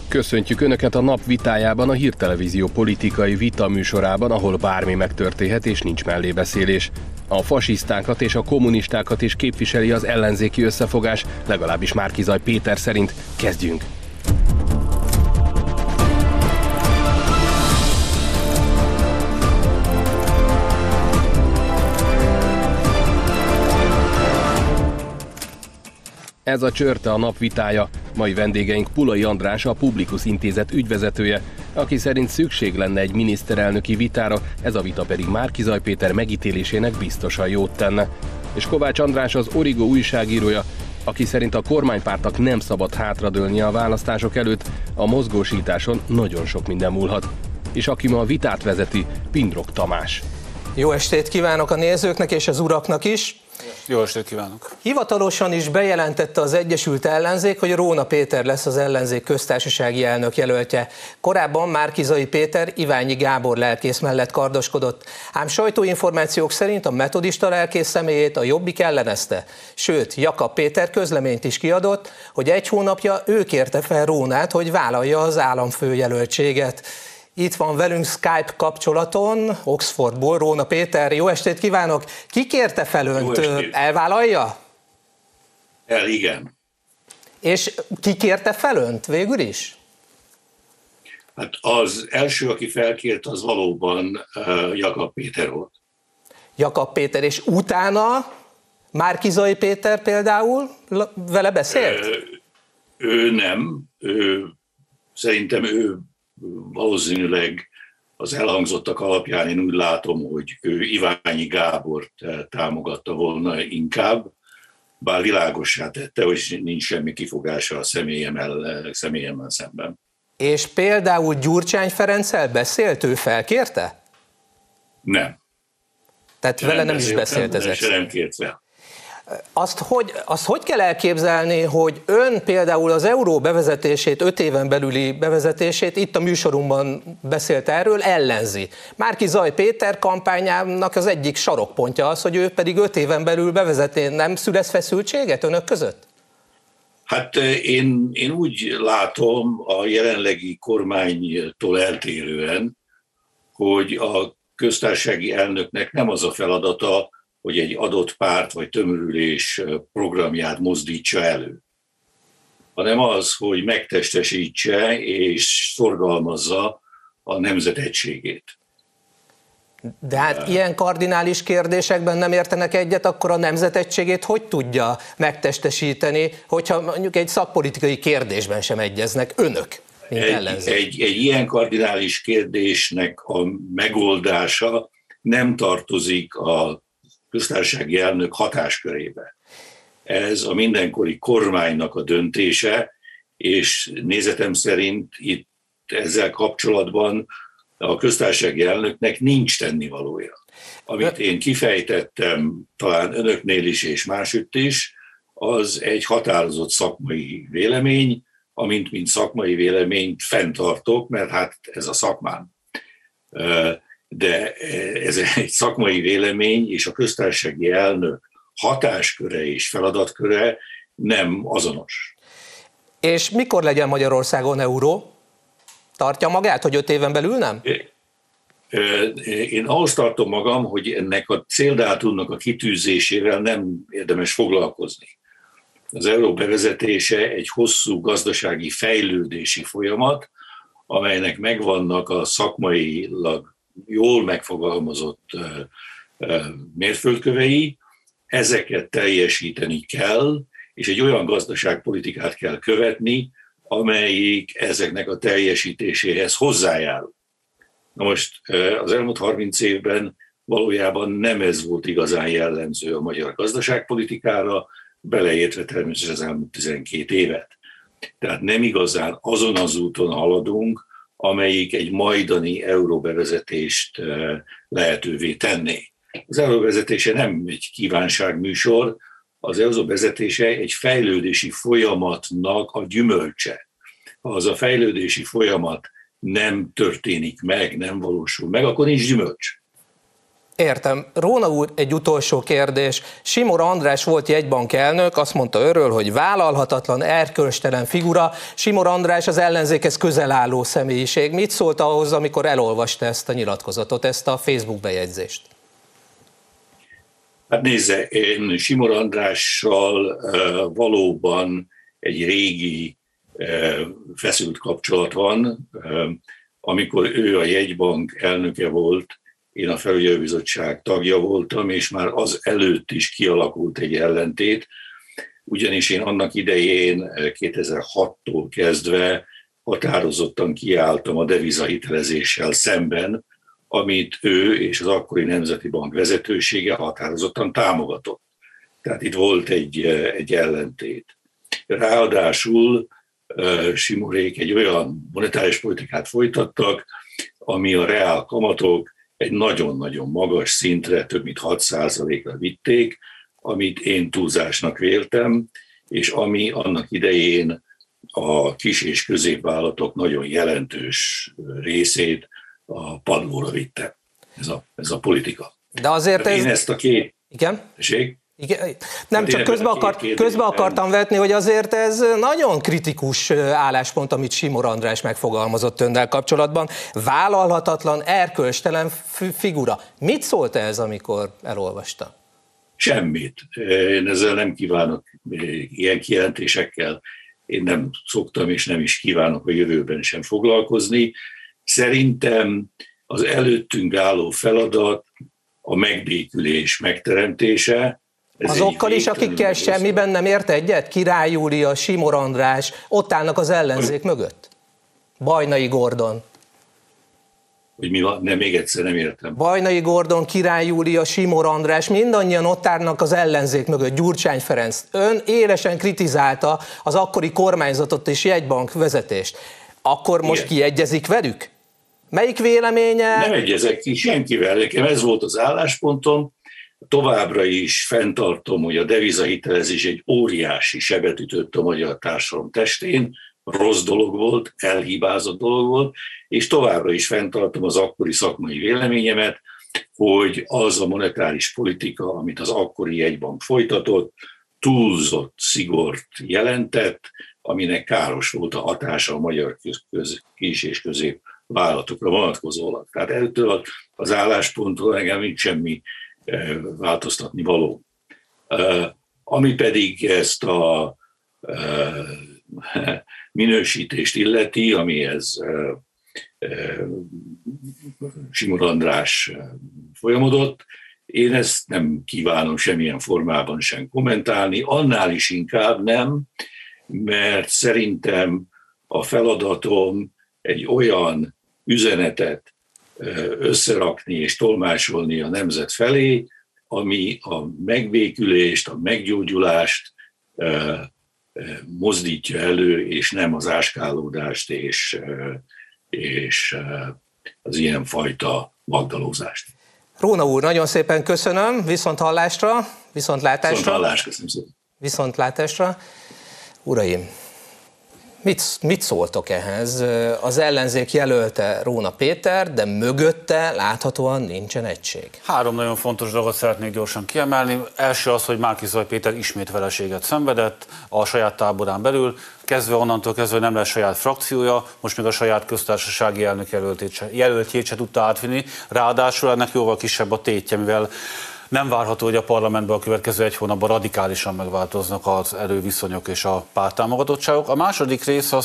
Köszöntjük Önöket a nap vitájában, a Hírtelevízió politikai vita műsorában, ahol bármi megtörténhet és nincs mellébeszélés. A fasisztákat és a kommunistákat is képviseli az ellenzéki összefogás, legalábbis Márki-Zay Péter szerint. Kezdjünk! Ez a Csörte, a nap vitája. Mai vendégeink Pulai András, a Publikus Intézet ügyvezetője, aki szerint szükség lenne egy miniszterelnöki vitára, ez a vita pedig Márki-Zay Péter megítélésének biztosan jót tenne. És Kovács András, az Origo újságírója, aki szerint a kormánypártnak nem szabad hátradőlnie a választások előtt, a mozgósításon nagyon sok minden múlhat. És aki ma a vitát vezeti, Pindrok Tamás. Jó estét kívánok a nézőknek és az uraknak is! Jó estét kívánok! Hivatalosan is bejelentette az Egyesült Ellenzék, hogy Róna Péter lesz az ellenzék köztársasági elnök jelöltje. Korábban Márki-Zay Péter Iványi Gábor lelkész mellett kardoskodott, ám sajtóinformációk szerint a metodista lelkész személyét a Jobbik ellenezte. Sőt, Jakab Péter közleményt is kiadott, hogy egy hónapja ő kérte fel Rónát, hogy vállalja az államfőjelöltséget. Itt van velünk Skype kapcsolaton, Oxfordból, Róna Péter. Jó estét kívánok! Ki kérte fel önt? Elvállalja? Igen. És ki kérte fel önt végül is? Hát az első, aki felkért, az valóban Jakab Péter volt. Jakab Péter, és utána Márki-Zay Péter például vele beszélt? Ő nem. Szerintem ő valószínűleg az elhangzottak alapján én úgy látom, hogy ő Iványi Gábort támogatta volna inkább, bár világossá tette, hogy nincs semmi kifogása a személyemmel szemben. És például Gyurcsány Ferenccel beszélt, ő felkérte? Nem. Tehát vele nem is beszélt ezek. Nem kért fel. Azt hogy kell elképzelni, hogy ön például az euró bevezetését, 5 éven belüli bevezetését, itt a műsorunkban beszélt erről, ellenzi. Márki-Zay Péter kampányának az egyik sarokpontja az, hogy ő pedig 5 éven belül bevezetné. Nem szülesz feszültséget önök között? Hát én úgy látom a jelenlegi kormánytól eltérően, hogy a köztársasági elnöknek nem az a feladata, hogy egy adott párt vagy tömörülés programját mozdítsa elő, hanem az, hogy megtestesítse és szorgalmazza a nemzet egységét. De hát ilyen kardinális kérdésekben nem értenek egyet, akkor a nemzet egységét hogy tudja megtestesíteni, hogyha mondjuk egy szakpolitikai kérdésben sem egyeznek önök, mint ellenzék? Egy ilyen kardinális kérdésnek a megoldása nem tartozik a köztársasági elnök hatáskörébe. Ez a mindenkori kormánynak a döntése, és nézetem szerint itt ezzel kapcsolatban a köztársasági elnöknek nincs tennivalója. Amit én kifejtettem talán önöknél is és másütt is, az egy határozott szakmai vélemény, amint mint szakmai véleményt fenntartok, mert hát ez a szakmám. De ez egy szakmai vélemény, és a köztársasági elnök hatásköre és feladatköre nem azonos. És mikor legyen Magyarországon euró? Tartja magát, hogy 5 éven belül nem? Én ahhoz tartom magam, hogy ennek a céldátumnak a kitűzésével nem érdemes foglalkozni. Az euró bevezetése egy hosszú gazdasági fejlődési folyamat, amelynek megvannak a szakmailag jól megfogalmazott mérföldkövei, ezeket teljesíteni kell, és egy olyan gazdaságpolitikát kell követni, amelyik ezeknek a teljesítéséhez hozzájárul. Na most az elmúlt 30 évben valójában nem ez volt igazán jellemző a magyar gazdaságpolitikára, beleértve természetesen az elmúlt 12 évet. Tehát nem igazán azon az úton haladunk, amelyik egy majdani euróbevezetést lehetővé tenné. Az euróbevezetése nem egy kívánságműsor, az euróbevezetése egy fejlődési folyamatnak a gyümölcse. Ha az a fejlődési folyamat nem történik meg, nem valósul meg, akkor nincs gyümölcs. Értem. Róna úr, egy utolsó kérdés. Simor András volt jegybank elnök, azt mondta őről, hogy vállalhatatlan, erkölcstelen figura. Simor András az ellenzékhez közel álló személyiség. Mit szólt ahhoz, amikor elolvasta ezt a nyilatkozatot, ezt a Facebook bejegyzést? Hát nézze, én Simor Andrással valóban egy régi feszült kapcsolat van. Amikor ő a jegybank elnöke volt, én a felügyelőbizottság tagja voltam, és már az előtt is kialakult egy ellentét, ugyanis én annak idején 2006-tól kezdve határozottan kiálltam a devizahitelezéssel szemben, amit ő és az akkori Nemzeti Bank vezetősége határozottan támogatott. Tehát itt volt egy ellentét. Ráadásul Simorék egy olyan monetáris politikát folytattak, ami a reál kamatok egy nagyon-nagyon magas szintre, több mint 6%-ra vitték, amit én túlzásnak véltem, és ami annak idején a kis- és középvállalatok nagyon jelentős részét a padlóra vitte. Ez a politika. De azért én ezt a két... Igen? Igen, nem, csak közbe akartam vetni, hogy azért ez nagyon kritikus álláspont, amit Simor András megfogalmazott önnel kapcsolatban. Vállalhatatlan, erkölcstelen figura. Mit szólt ez, amikor elolvasta? Semmit. Én ezzel nem kívánok ilyen kijelentésekkel. Én nem szoktam és nem is kívánok a jövőben sem foglalkozni. Szerintem az előttünk álló feladat a megbékülés megteremtése. Azokkal is, akikkel semmiben nem ért egyet? Király Júlia, Simor András, ott állnak az ellenzék mögött? Bajnai Gordon. Hogy mi van? Nem, még egyszer nem értem. Bajnai Gordon, Király Júlia, Simor András, mindannyian ott állnak az ellenzék mögött, Gyurcsány Ferenc. Ön élesen kritizálta az akkori kormányzatot és jegybank vezetést. Akkor most kiegyezik velük? Melyik véleménye? Nem egyezek ki senkivel, nekem ez volt az álláspontom. Továbbra is fenntartom, hogy a devizahitelezés egy óriási sebet ütött a magyar társadalom testén, rossz dolog volt, elhibázott dolog volt, és továbbra is fenntartom az akkori szakmai véleményemet, hogy az a monetáris politika, amit az akkori jegybank folytatott, túlzott szigort jelentett, aminek káros volt a hatása a magyar kis- és középvállalatokra vonatkozólag. Tehát ettől az állásponttól engem nincs semmi változtatni való. Ami pedig ezt a minősítést illeti, amihez Simor András folyamodott, én ezt nem kívánom semmilyen formában sem kommentálni, annál is inkább nem, mert szerintem a feladatom egy olyan üzenetet összerakni és tolmácsolni a nemzet felé, ami a megbékülést, a meggyógyulást mozdítja elő, és nem az áskálódást és az ilyenfajta magdalózást. Róna úr, nagyon szépen köszönöm, viszont hallásra, viszontlátásra. Viszontlátásra, köszönöm szépen. Viszontlátásra. Uraim, mit szóltok ehhez? Az ellenzék jelölte Róna Péter, de mögötte láthatóan nincsen egység. 3 nagyon fontos dolgot szeretnék gyorsan kiemelni. Első az, hogy Márki-Zay Péter ismét vereséget szenvedett a saját táborán belül, onnantól kezdve nem lesz saját frakciója, most még a saját köztársasági elnök jelöltjét se tudta átvinni, ráadásul ennek jóval kisebb a tétje, mivel nem várható, hogy a parlamentben a következő 1 hónapban radikálisan megváltoznak az erőviszonyok és a párttámogatottságok. A második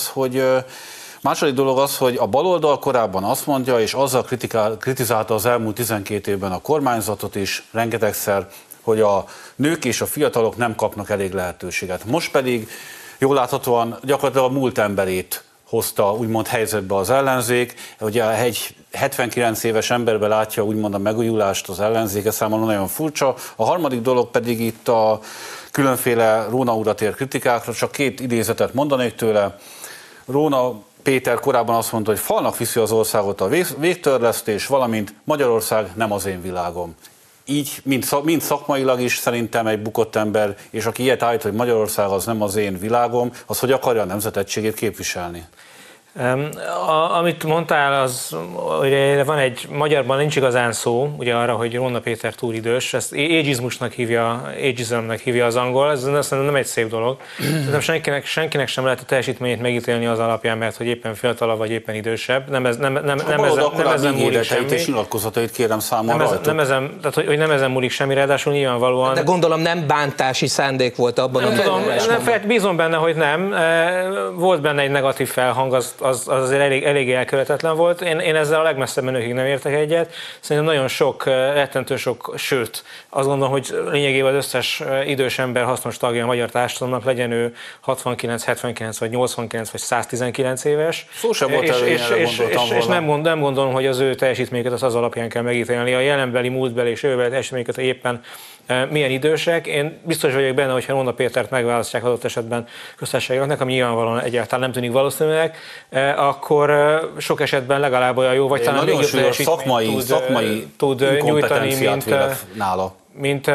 dolog az, hogy a baloldal korábban azt mondja, és azzal kritizálta az elmúlt 12 évben a kormányzatot is rengetegszer, hogy a nők és a fiatalok nem kapnak elég lehetőséget. Most pedig jól láthatóan gyakorlatilag a múlt emberét hozta úgymond helyzetbe az ellenzék, ugye egy 79 éves emberbe látja úgymond a megújulást az ellenzéke, számomra nagyon furcsa. A harmadik dolog pedig itt a különféle Róna úrat ér kritikákra, csak 2 idézetet mondanék tőle. Róna Péter korábban azt mondta, hogy falnak viszi az országot a végtörlesztés, valamint Magyarország nem az én világom. Így, mind szakmailag is szerintem egy bukott ember, és aki ilyet állít, hogy Magyarország az nem az én világom, az hogy akarja a nemzetegységét képviselni? Amit mondtál, az ugye van magyarban nincs igazán szó, ugye arra, hogy Róna Péter túl idős, ezt ageismnek hívja az angol, ez szerintem nem egy szép dolog. Szerintem senkinek sem lehet a teljesítményét megítélni az alapján, mert hogy éppen fiatalabb vagy éppen idősebb. Nem ezen múlik semmi. És nyilatkozatait kérem számon tehát, hogy nem ezen múlik semmi, ráadásul nyilvánvalóan. De gondolom nem bántási szándék volt abban, amit bízom benne, hogy nem. Volt benne egy negatív felhang, az azért elég elkövetetlen volt. Én ezzel a legmesszebb menőkig nem értek egyet. Szerintem nagyon sok, rettentő sok, sőt, azt gondolom, hogy lényegében az összes idős ember hasznos tagja a magyar társadalomnak, legyen ő 69, 79, vagy 89, vagy 119 éves. Szó sem volt és nem gondolom, hogy az ő teljesítményeket az alapján kell megítélni. A jelenbeli, múltbeli és jövőbeli teljesítményeket, hogy éppen milyen idősek. Én biztos vagyok benne, hogy ha Róna Pétert megválasztják adott esetben köztársasági elnöknek, ami nyilvánvalóan egyáltalán nem tűnik valószínűleg, akkor sok esetben legalább olyan jó, vagy talán még jobb teljesítményt tud nyújtani, mint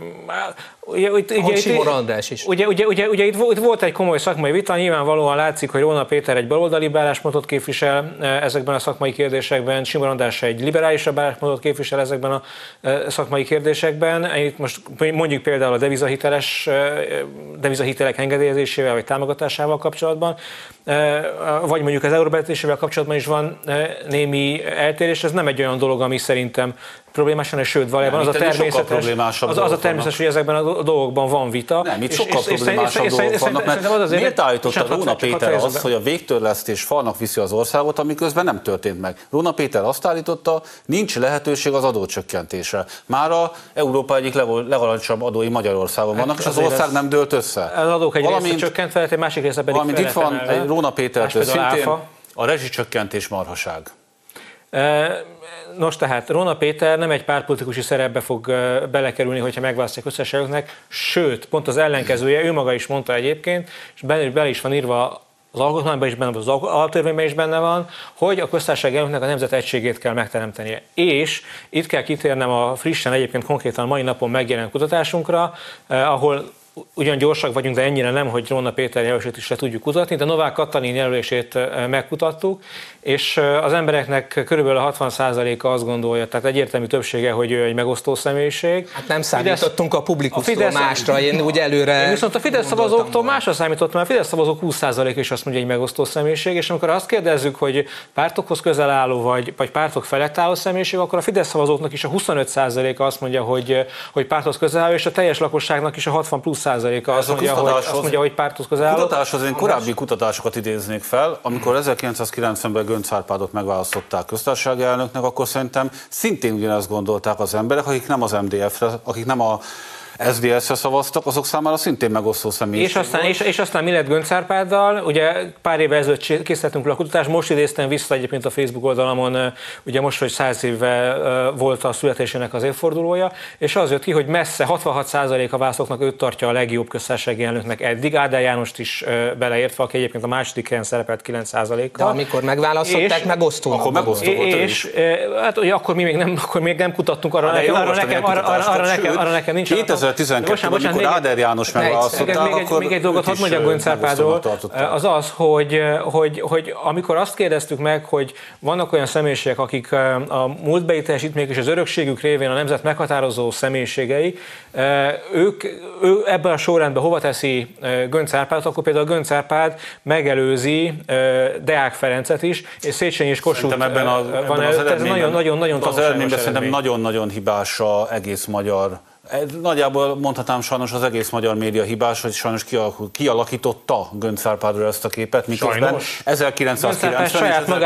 Simor András is. Ugye itt volt egy komoly szakmai vita, nyilvánvalóan látszik, hogy Róna Péter egy baloldali álláspontot képvisel ezekben a szakmai kérdésekben, Simor András egy liberálisabb álláspontot képvisel ezekben a szakmai kérdésekben. Itt most mondjuk például a devizahitelek engedélyezésével vagy támogatásával kapcsolatban, vagy mondjuk az euróbevezetésével kapcsolatban is van némi eltérés. Ez nem egy olyan dolog, ami szerintem problémás, sőt, valójában az a természetes, hogy ezekben a dolgokban van vita. Nem, itt sokkal problémásabb dolgok vannak, mert miért állította Róna Péter azt, hogy a végtörlesztés falnak viszi az országot, amiközben nem történt meg. Róna Péter azt állította, nincs lehetőség az adócsökkentésre. Már a Európa egyik legalacsonyabb adói Magyarországon vannak, és az ország nem dőlt össze. Az adók egy része csökkent, egy másik része pedig valamint itt van egy Róna Pétertől szintén a rezsicsökkentés marhaság. Nos, tehát Róna Péter nem egy pártpolitikusi szerepbe fog belekerülni, hogyha megválasztják köztársaságoknak, sőt, pont az ellenkezője, ő maga is mondta egyébként, és bele is van írva az alkotmányban is benne van, az alaptörvényben is benne van, hogy a köztársaság elnöknek a nemzet egységét kell megteremtenie. És itt kell kitérnem a frissen egyébként konkrétan mai napon megjelent kutatásunkra, ahol ugyan gyorsak vagyunk, de ennyire nem, hogy Róna Péter jelölését is le tudjuk kutatni, de Novák Katalin jelölését megkutattuk, és az embereknek körülbelül a 60%-a azt gondolja, tehát egyértelmű többsége, hogy ő egy megosztó személyiség. Hát nem számítottunk a Publikusztól másra, én úgy előre... Én viszont a Fidesz szavazóktól másra számítottam, mert a Fidesz szavazók 20%-a is azt mondja, hogy egy megosztó személyiség, és amikor azt kérdezzük, hogy pártokhoz közel álló, vagy pártok felett álló személyiség, akkor a Fidesz szavazóknak is a 25%-a azt mondja, hogy párthoz közel álló, és a teljes lakosságnak is a 60+%-a azt mondja, hogy párthoz közel álló. Kutatáshoz én korábbi kutatásokat idéznék fel, amikor 1990-ben Göncz Árpádot megválasztották köztársasági elnöknek, akkor szerintem szintén ugyanezt gondolták az emberek, akik nem az MDF-re, akik nem a SZDSZ-re szavaztak, azok számára szintén megosztó személyiség és aztán mi lett Göncz Árpáddal? Ugye pár évvel ezelőtt készítettünk le a kutatást, most idéztem vissza egyébként a Facebook oldalamon, ugye most, hogy 100 éve volt a születésének az évfordulója, és az jött ki, hogy messze 66% a választóknak őt tartja a legjobb köztársasági elnöknek eddig, Áder Jánost is beleértve, aki egyébként a második helyen szerepelt 9%-kal. De amikor megválasztották, megosztónak. Akkor megosztó volt. És hát ugye akkor még nem kutattunk, arra nekem nincs. 2012-ben, amikor Áder János megválasztották, akkor még egy dolgot hadd mondjak Göncz Árpádról, az, hogy amikor azt kérdeztük meg, hogy vannak olyan személyiségek, akik a múltbeli teljesítmények és az örökségük révén a nemzet meghatározó személyiségei, ő ebben a sorrendben hova teszi Göncz Árpádot, akkor például Göncz Árpád megelőzi Deák Ferencet is, és Széchenyi és Kossuth van előtt. Ez nagyon-nagyon tanulságos szerintem nagyon-nagyon hibás az egész magyar. Nagyjából mondhatnám sajnos az egész magyar média hibás, hogy sajnos kialakította Göncz Árpádról ezt a képet, miközben 1990 és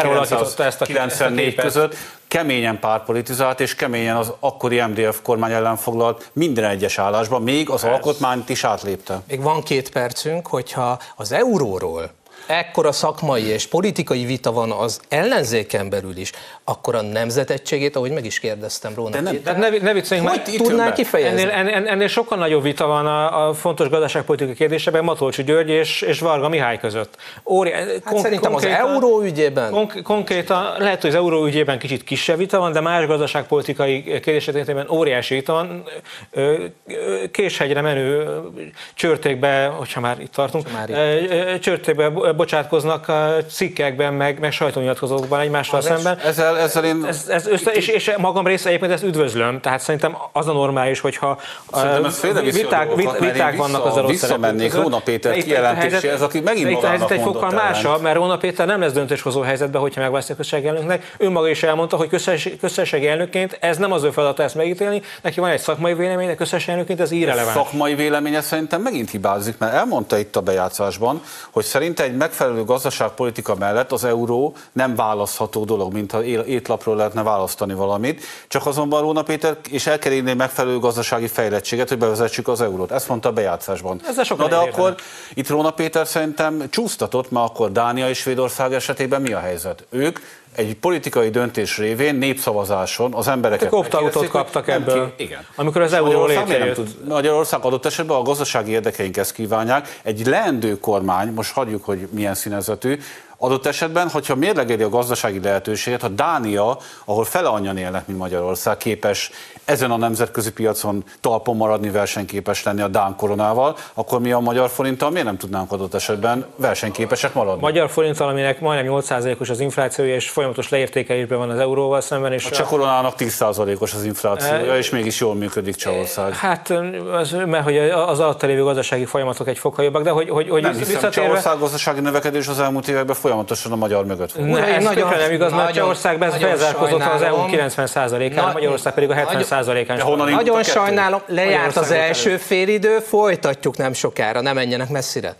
1994 között keményen pártpolitizált és keményen az akkori MDF kormány ellen foglalt minden egyes állásban, még az alkotmányt is átlépte. Még van 2 percünk, hogyha az euróról ekkora szakmai és politikai vita van az ellenzéken belül is, akkor a nemzetegységét, ahogy meg is kérdeztem Róna. Ne vicceljünk, hogy tudnál kifejezni? Ennél sokkal nagyobb vita van a fontos gazdaságpolitikai kérdésében Matolcsy György és Varga Mihály között. Szerintem az euró ügyében? Konkrétan lehet, hogy az euró ügyében kicsit kisebb vita van, de más gazdaságpolitikai kérdésében óriási vita van. Késhegyre menő Csörtékbe, hogyha már itt tartunk, Csörtékbe bocsátkoznak cikkekben, meg sajtónyilatkozókban egymással szemben. Ezzel én... És magam része egyébként ezt üdvözlöm, tehát szerintem az a normális, hogyha viták vannak az adott visszamennék Róna Péter kijelentéséhez, aki megint magának mondott egy fokkal másabb, mert Róna Péter nem lesz döntéshozó helyzetben, hogyha megválasztják köztársasági elnöknek. Ő maga is elmondta, hogy köztársasági elnökként ez nem az ő feladata ezt megítélni, neki van egy szakmai vélemény, de köztársasági elnökként ez irreleváns. Szakmai véleménye szerintem megint hibázik, mert elmondta itt a bejátszásban, hogy szerinte egy megfelelő gazdaságpolitika mellett az euró nem választható dolog, mintha étlapról lehetne választani valamit, csak azonban Róna Péter és el kell érni megfelelő gazdasági fejlettséget, hogy bevezessük az eurót. Ezt mondta a bejátszásban. Na de akkor itt Róna Péter szerintem csúsztatott, mert akkor Dánia és Svédország esetében mi a helyzet? Ők egy politikai döntés révén népszavazáson az embereket opt-outot kaptak ebből, amikor az euró létrejött. Magyarország adott esetben a gazdasági érdekeink ezt kívánják. Egy leendő kormány, most hagyjuk, hogy milyen színezetű, adott esetben, hogyha mérlegeli a gazdasági lehetőséget, ha Dánia, ahol fele annyian élnek, mint Magyarország, képes ezen a nemzetközi piacon talpon maradni, versenyképes lenni a dán koronával, akkor mi a magyar forinttal miért nem tudnánk adott esetben versenyképesek maradni? Magyar forinttal, aminek majdnem 8%-os az inflációja, és folyamatos leértékelésben van az euróval szemben. És a cseh koronának 10%-os az inflációja, és mégis jól működik Csehország. Hát, mert hogy az alatt lévő gazdasági folyamatok egy fokkal jobbak, de hogy nem hiszem, Csehország gazdasági növekedés az elmúlt években folyamatosan a magyar mögött volt. Ez nem igaz, mert Csehország bezárkózott az EU 90%-án, Magyarország pedig a 70%-án. Nagyon sajnálom, lejárt az első félidő, folytatjuk nem sokára, ne menjenek messzire.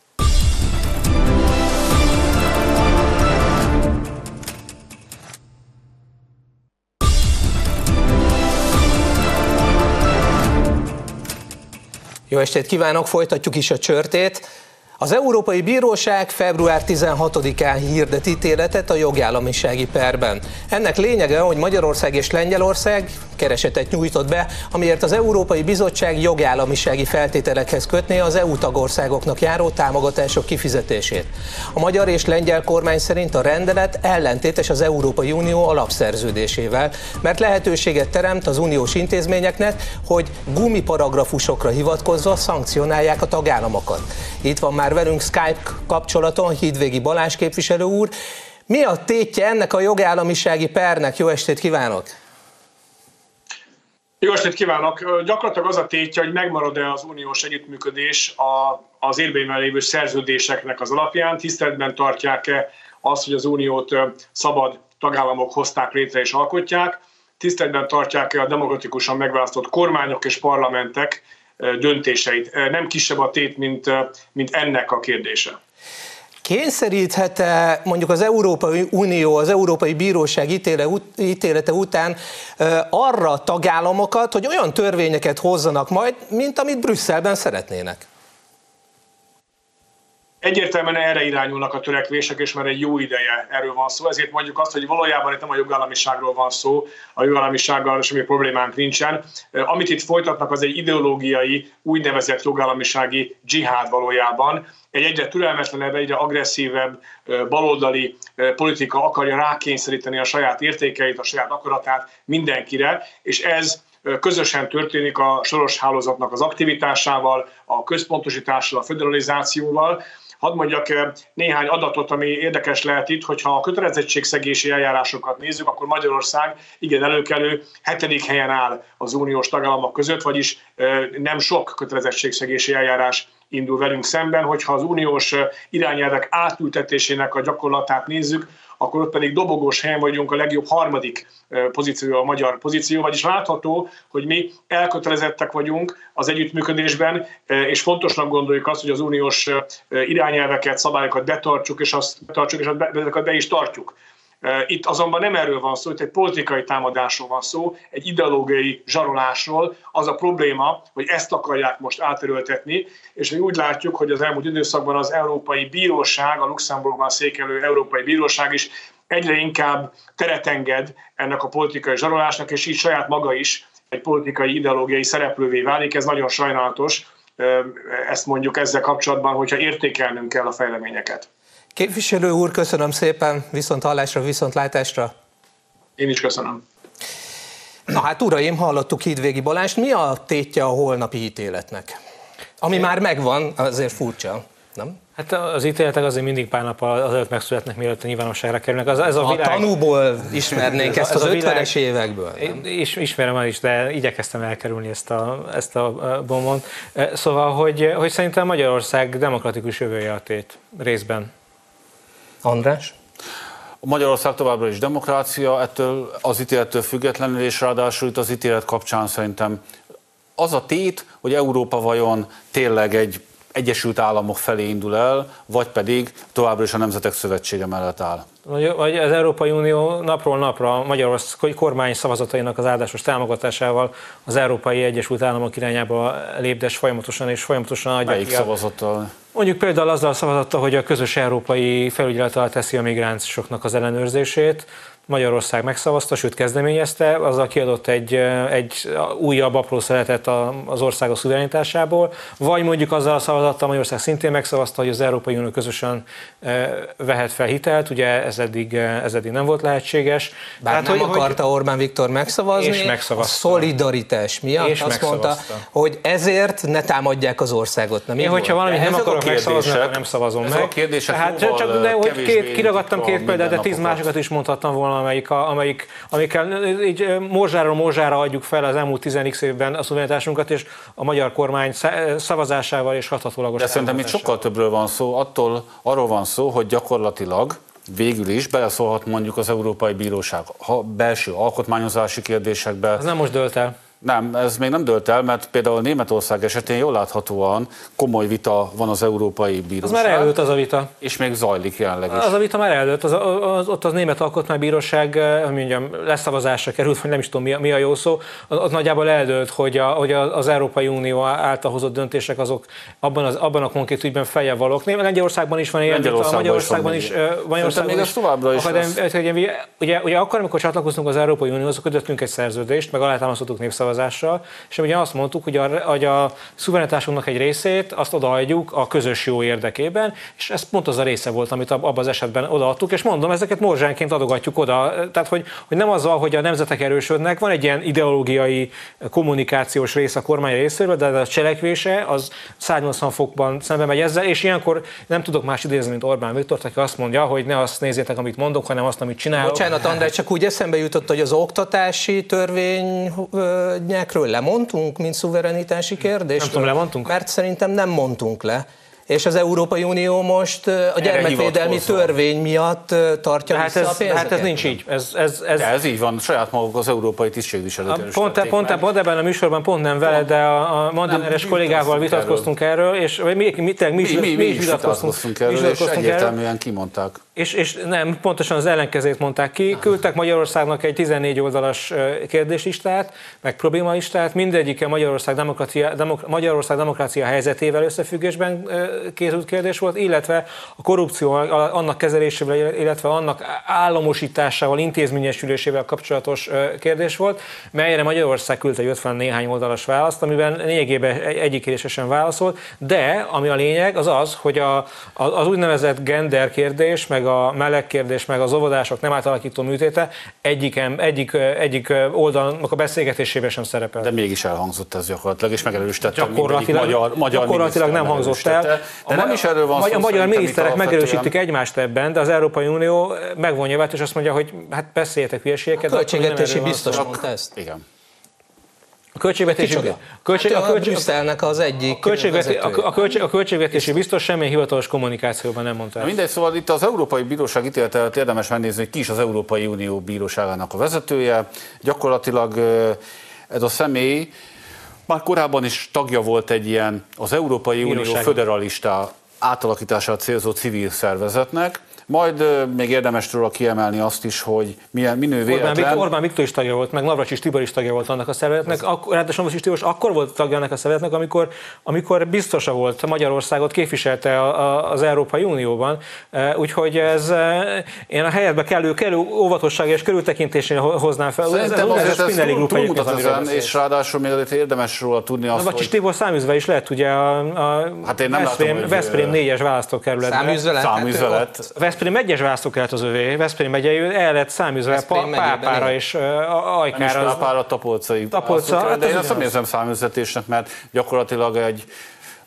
Jó estét kívánok, folytatjuk is a csörtét. Az Európai Bíróság február 16-án hirdet ítéletet a jogállamisági perben. Ennek lényege, hogy Magyarország és Lengyelország keresetet nyújtott be, amiért az Európai Bizottság jogállamisági feltételekhez kötné az EU tagországoknak járó támogatások kifizetését. A magyar és lengyel kormány szerint a rendelet ellentétes az Európai Unió alapszerződésével, mert lehetőséget teremt az uniós intézményeknek, hogy gumiparagrafusokra hivatkozva szankcionálják a tagállamokat. Itt van már velünk Skype kapcsolaton Hídvégi Balázs képviselő úr. Mi a tétje ennek a jogállamisági pernek? Jó estét kívánok! Jó estét kívánok! Gyakorlatilag az a tétje, hogy megmarad-e az uniós együttműködés az érvényben lévő szerződéseknek az alapján, tiszteletben tartják-e azt, hogy az uniót szabad tagállamok hozták létre és alkotják, tiszteletben tartják-e a demokratikusan megválasztott kormányok és parlamentek döntéseit. Nem kisebb a tét, mint ennek a kérdése. Kényszeríthet-e mondjuk az Európai Unió, az Európai Bíróság ítélete után arra a tagállamokat, hogy olyan törvényeket hozzanak majd, mint amit Brüsszelben szeretnének? Egyértelműen erre irányulnak a törekvések, és már egy jó ideje erről van szó. Ezért mondjuk azt, hogy valójában itt nem a jogállamiságról van szó, a jogállamisággal semmi problémánk nincsen. Amit itt folytatnak, az egy ideológiai, úgynevezett jogállamisági dzsihád valójában. Egy egyre türelmetlenebb, egyre agresszívebb baloldali politika akarja rákényszeríteni a saját értékeit, a saját akaratát mindenkire, és ez közösen történik a soros hálózatnak az aktivitásával, a központosítással, a föderalizációval. Hadd mondjak néhány adatot, ami érdekes lehet itt, hogyha a kötelezettségszegési eljárásokat nézzük, akkor Magyarország igen előkelő 7. helyen áll az uniós tagállamok között, vagyis nem sok kötelezettségszegési eljárás indul velünk szemben. Hogyha az uniós irányelvek átültetésének a gyakorlatát nézzük, akkor ott pedig dobogós helyen vagyunk, a legjobb 3. pozíció a magyar pozíció, vagyis látható, hogy mi elkötelezettek vagyunk az együttműködésben, és fontosnak gondoljuk azt, hogy az uniós irányelveket, szabályokat betartsuk, és ezeket be is tartjuk. Itt azonban nem erről van szó, itt egy politikai támadásról van szó, egy ideológiai zsarolásról. Az a probléma, hogy ezt akarják most áterőltetni, és mi úgy látjuk, hogy az elmúlt időszakban az Európai Bíróság, a Luxemburgban székelő Európai Bíróság is egyre inkább teret enged ennek a politikai zsarolásnak, és így saját maga is egy politikai ideológiai szereplővé válik. Ez nagyon sajnálatos, ezt mondjuk ezzel kapcsolatban, hogyha értékelnünk kell a fejleményeket. Képviselő úr, köszönöm szépen, viszont hallásra, viszontlátásra. Én is köszönöm. Na hát uraim, hallottuk Hídvégi Balást, mi a tétje a holnapi ítéletnek? Ami már megvan, azért furcsa, nem? Hát az ítéletek azért mindig pár nap azelőtt megszületnek, mielőtt a nyilvánosságra kerülnek. Ez a világ... tanúból ismernénk ezt az 50-es évekből. Ismerem el is, de igyekeztem elkerülni ezt a bombont. Szóval, hogy szerintem Magyarország demokratikus jövője a tét részben. András? A Magyarország továbbra is demokrácia, ettől az ítélettől függetlenül, és ráadásul itt az ítélet kapcsán szerintem az a tét, hogy Európa vajon tényleg egy Egyesült Államok felé indul el, vagy pedig továbbra is a Nemzetek Szövetsége mellett áll. Vagy az Európai Unió napról napra Magyarország kormány szavazatainak az áldásos támogatásával az Európai Egyesült Államok irányába lépdes folyamatosan adja. Melyik szavazattal? Mondjuk például azzal a szavazattal, hogy a közös európai felügyelet alá teszi a migránsoknak az ellenőrzését. Magyarország megszavazta, sőt kezdeményezte, azzal kiadott egy újabb apró szeletet az ország szuverenitásából, vagy mondjuk azzal a szavazattal Magyarország szintén megszavazta, hogy az Európai Unió közösen vehet fel hitelt, ugye ez eddig nem volt lehetséges. Bár tehát, nem akarta Orbán Viktor megszavazni, és megszavazta. A szolidaritás miatt és azt mondta, hogy ezért ne támadják az országot. Nem hogyha valamit nem akarok megszavazni, akkor nem szavazom meg. De hogy kiragadtam két példát, de 10 másokat is mondhattam volna, amikkel így morzsára adjuk fel az elmúlt 10x évben a szuverenitásunkat, és a magyar kormány szavazásával és hathatólagos. De szerintem itt sokkal többről van szó, arról van szó, hogy gyakorlatilag végül is beleszólhat mondjuk az Európai Bíróság belső alkotmányozási kérdésekbe. Ez nem most dölt el. Nem, ez még nem dölt el, mert például Németország esetén jól láthatóan komoly vita van az Európai Bíróság. Az már eldőlt az a vita. És még zajlik jelenleg is. Az a vita már eldőlt. Ott az Német Alkotmánybíróság, mondjam, leszavazásra került, vagy nem is tudom mi a jó szó, az nagyjából eldőlt, hogy az Európai Unió által hozott döntések azok abban a konkrét ügyben feljebb valók. Lengyelországban is van ilyen vita, Magyarországban is. Még az továbbra is. Ugye akkor, amikor csatlakoztunk az Európai Unióhoz, kötöttünk egy szerződést, meg alátámasztottuk népszavazással, és ugye azt mondtuk, hogy a szuverenitásunknak egy részét azt odaadjuk a közös jó érdekében, és ez pont az a része volt, amit abban az esetben odaadtuk, és mondom, ezeket morzsánként adogatjuk oda. Tehát, hogy nem azzal, hogy a nemzetek erősödnek, van egy ilyen ideológiai kommunikációs rész a kormány részéről, de a cselekvése az 180 fokban szembe megy ezzel, és ilyenkor nem tudok más idézni, mint Orbán Viktort, aki azt mondja, hogy ne azt nézzétek, amit mondok, hanem azt, amit csinálok. Bocsánat, András, csak úgy eszembe jutott, hogy az oktatási törvényekről lemondtunk, mint szuverenitási kérdés. Nem tudom, lemondtunk? Mert szerintem nem mondtunk le. És az Európai Unió most a gyermekvédelmi törvény miatt tartja vissza a pénzeket? Hát ez nincs így. Ez így van, saját maguk az európai tisztségviselők erősítették pont ebben a műsorban pont nem veled, de a Mandineres kollégával vitatkoztunk erről, és mi is vitatkoztunk erről, és egyértelműen kimondták. És nem, pontosan az ellenkezőt mondták ki. Küldtek Magyarországnak egy 14 oldalas kérdéslistát, meg problémalistát, mindegyike Magyarország demokrácia helyzetével összefüggésben készült kérdés volt, illetve a korrupció annak kezelésével, illetve annak államosításával, intézményesülésével kapcsolatos kérdés volt, melyre Magyarország küldte egy 50 néhány oldalas választ, amiben lényegében egyik kérdésre sem válaszolt, de ami a lényeg az az, hogy az úgynevezett gender kérdés, meg a meleg kérdés, meg az óvodások nem átalakító műtéte egyik oldalnak a beszélgetésében sem szerepel. De mégis elhangzott ez gyakorlatilag, és megerősítette gyakorlatilag nem hangzott el. De nem is erről van szó, a magyar miniszterek megerősítik egymást ebben, de az Európai Unió megvonja vele, és azt mondja, hogy hát beszéljetek hülyeségeket. A költségvetési biztos mondta ezt. Igen. A költségvetési biztos semmilyen hivatalos kommunikációban nem mondta. Mindegy, szóval itt az Európai Bíróság ítéletet érdemes megnézni, hogy ki is az Európai Unió bíróságának a vezetője. Gyakorlatilag ez a személy már korábban is tagja volt egy ilyen az Európai Unió föderalista átalakítását célzó civil szervezetnek. Majd még érdemes róla kiemelni azt is, hogy minő véletlen... Orbán Viktor is tagja volt, meg Navracsics Tibor is tagja volt annak a szervezetnek. Ráadásul Navracsics Tibor akkor volt tagja annak a szervezetnek, amikor biztosa volt, Magyarországot képviselte az Európai Unióban. Úgyhogy én a helyetbe kellő óvatosság és körültekintésére hoznám fel. Szerintem ez túlmutat ezen, és ráadásul még azért érdemes róla tudni azt, Navracsics Tibor száműzve is lett, ugye a Veszprém 4-es választókerületben. Száműzve lett. Veszprém egyes választókerület az övé, Veszprém megyei, el lett száműzve Pápára és Ajkára. Nem is Pápára, Tapolca. De én azt nem érzem száműzetésnek, mert gyakorlatilag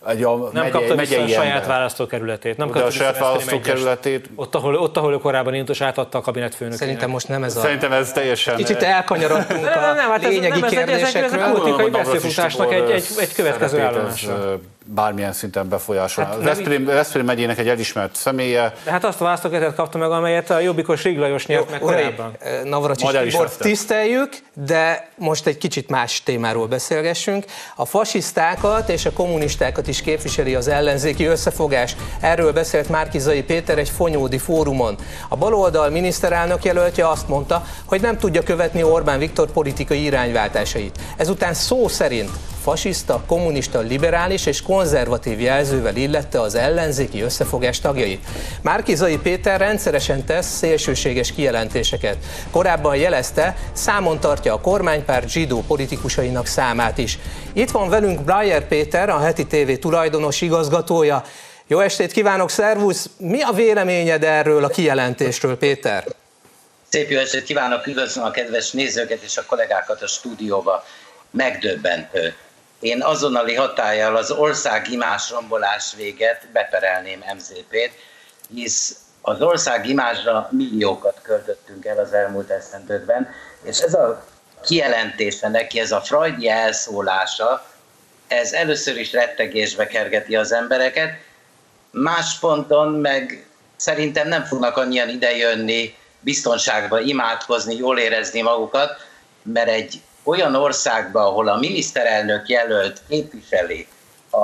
Nem kapta vissza a saját választókerületét. Nem kapta a saját választókerületét. Ott, ahol ő korábban indult, és átadta a kabinetfőnökének. Szerintem most nem ez a... Szerintem ez teljesen... Kicsit elkanyarodtunk a lényegi kérdésekről. Ez a politikai beszélfutásnak egy következő állomása. Bármilyen szinten befolyásol. Veszprém megyének egy elismert személye. De hát azt a választókerületet kapta meg, amelyet a jobbikos Rig Lajos nyert meg korábban. Navracsics Tibort tiszteljük, de most egy kicsit más témáról beszélgessünk. A fasisztákat és a kommunistákat is képviseli az ellenzéki összefogás. Erről beszélt Márki-Zay Péter egy fonyódi fórumon. A baloldal miniszterelnök jelöltje azt mondta, hogy nem tudja követni Orbán Viktor politikai irányváltásait. Ezután szó szerint fasiszta, kommunista, liberális és konzervatív jelzővel illette az ellenzéki összefogás tagjait. Márki-Zay Péter rendszeresen tesz szélsőséges kijelentéseket. Korábban jelezte, számon tartja a kormánypárt zsidó politikusainak számát is. Itt van velünk Breyer Péter, a Heti TV tulajdonos igazgatója. Jó estét kívánok, szervusz! Mi a véleményed erről a kijelentésről, Péter? Szép jó estét kívánok, üdvözlöm a kedves nézőket és a kollégákat a stúdióba. Megdöbbentő. Én azonnali hatállyal az országimázs rombolás véget beperelném MZP-t, hisz az országimázsra milliókat költöttünk el az elmúlt esztendőkben, és ez a kijelentése neki, ez a freudi elszólása, ez először is rettegésbe kergeti az embereket, más ponton meg szerintem nem fognak annyian idejönni biztonságba imádkozni, jól érezni magukat, mert egy olyan országban, ahol a miniszterelnök jelölt képviseli a